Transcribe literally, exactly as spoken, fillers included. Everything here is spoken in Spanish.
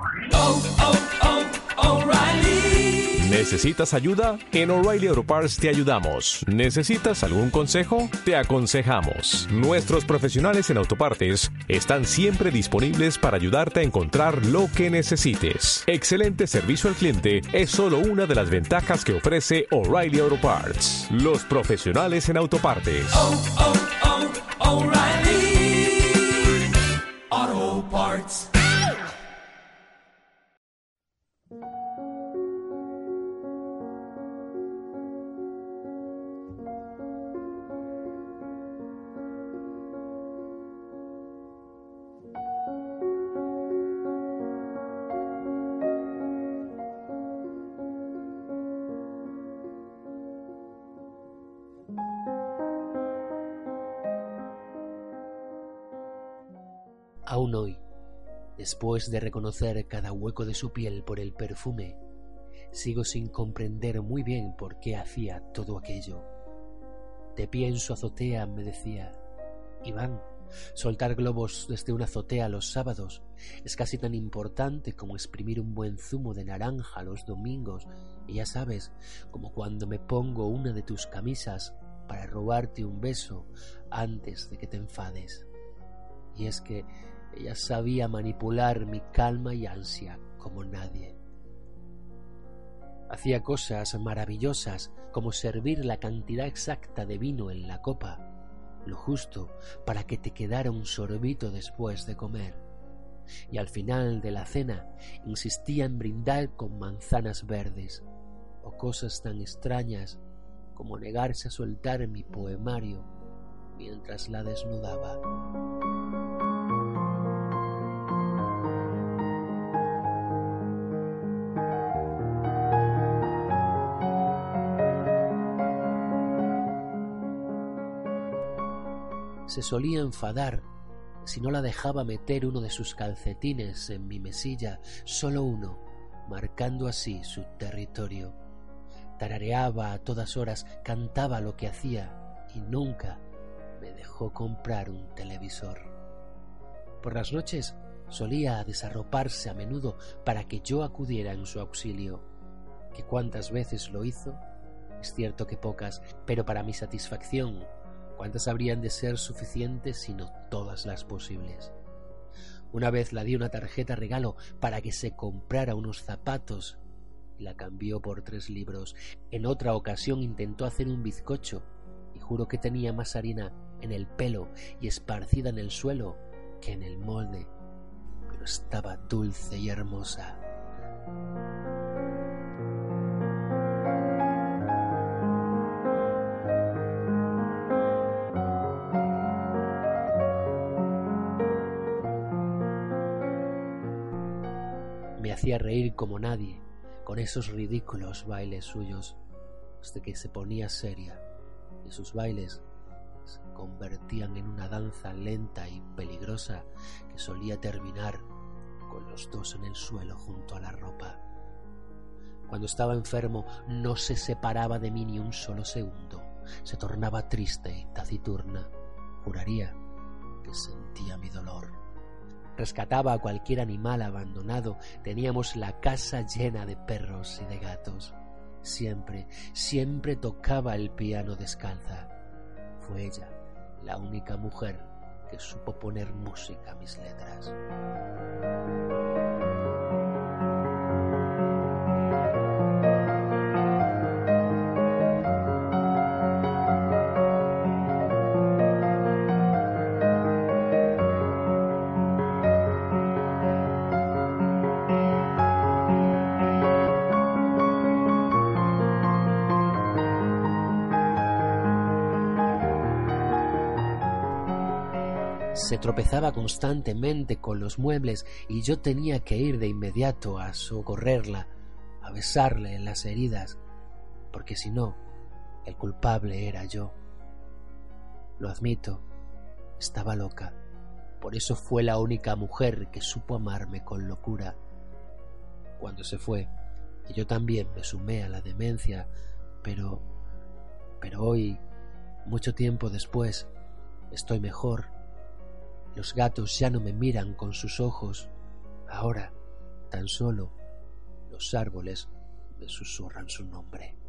Oh, oh, oh, O'Reilly. ¿Necesitas ayuda? En O'Reilly Auto Parts te ayudamos. ¿Necesitas algún consejo? Te aconsejamos. Nuestros profesionales en autopartes están siempre disponibles para ayudarte a encontrar lo que necesites. Excelente servicio al cliente es solo una de las ventajas que ofrece O'Reilly Auto Parts. Los profesionales en autopartes. Oh, oh, oh, O'Reilly Auto Parts. Aún hoy, después de reconocer cada hueco de su piel por el perfume, sigo sin comprender muy bien por qué hacía todo aquello. De pie en su azotea me decía: Iván, soltar globos desde una azotea los sábados es casi tan importante como exprimir un buen zumo de naranja los domingos, y ya sabes, como cuando me pongo una de tus camisas para robarte un beso antes de que te enfades. Y es que ella sabía manipular mi calma y ansia como nadie. Hacía cosas maravillosas como servir la cantidad exacta de vino en la copa, lo justo para que te quedara un sorbito después de comer. Y al final de la cena insistía en brindar con manzanas verdes, o cosas tan extrañas como negarse a soltar mi poemario mientras la desnudaba. Se solía enfadar si no la dejaba meter uno de sus calcetines en mi mesilla, solo uno, marcando así su territorio. Tarareaba a todas horas, cantaba lo que hacía y nunca me dejó comprar un televisor. Por las noches solía desarroparse a menudo para que yo acudiera en su auxilio. ¿Que cuántas veces lo hizo? Es cierto que pocas, pero para mi satisfacción, ¿cuántas habrían de ser suficientes sino todas las posibles? Una vez la di una tarjeta regalo para que se comprara unos zapatos y la cambió por tres libros. En otra ocasión intentó hacer un bizcocho y juro que tenía más harina en el pelo y esparcida en el suelo que en el molde, pero estaba dulce y hermosa. Me hacía reír como nadie con esos ridículos bailes suyos, hasta que se ponía seria y sus bailes se convertían en una danza lenta y peligrosa que solía terminar con los dos en el suelo junto a la ropa. Cuando estaba enfermo no se separaba de mí ni un solo segundo, se tornaba triste y taciturna, juraría que sentía mi dolor. Rescataba a cualquier animal abandonado, teníamos la casa llena de perros y de gatos. Siempre, siempre tocaba el piano descalza. Fue ella la única mujer que supo poner música a mis letras. Se tropezaba constantemente con los muebles y yo tenía que ir de inmediato a socorrerla, a besarle en las heridas, porque si no, el culpable era yo. Lo admito, estaba loca. Por eso fue la única mujer que supo amarme con locura. Cuando se fue, y yo también me sumé a la demencia, pero... pero hoy, mucho tiempo después, estoy mejor. Los gatos ya no me miran con sus ojos. Ahora Tan solo los árboles me susurran su nombre.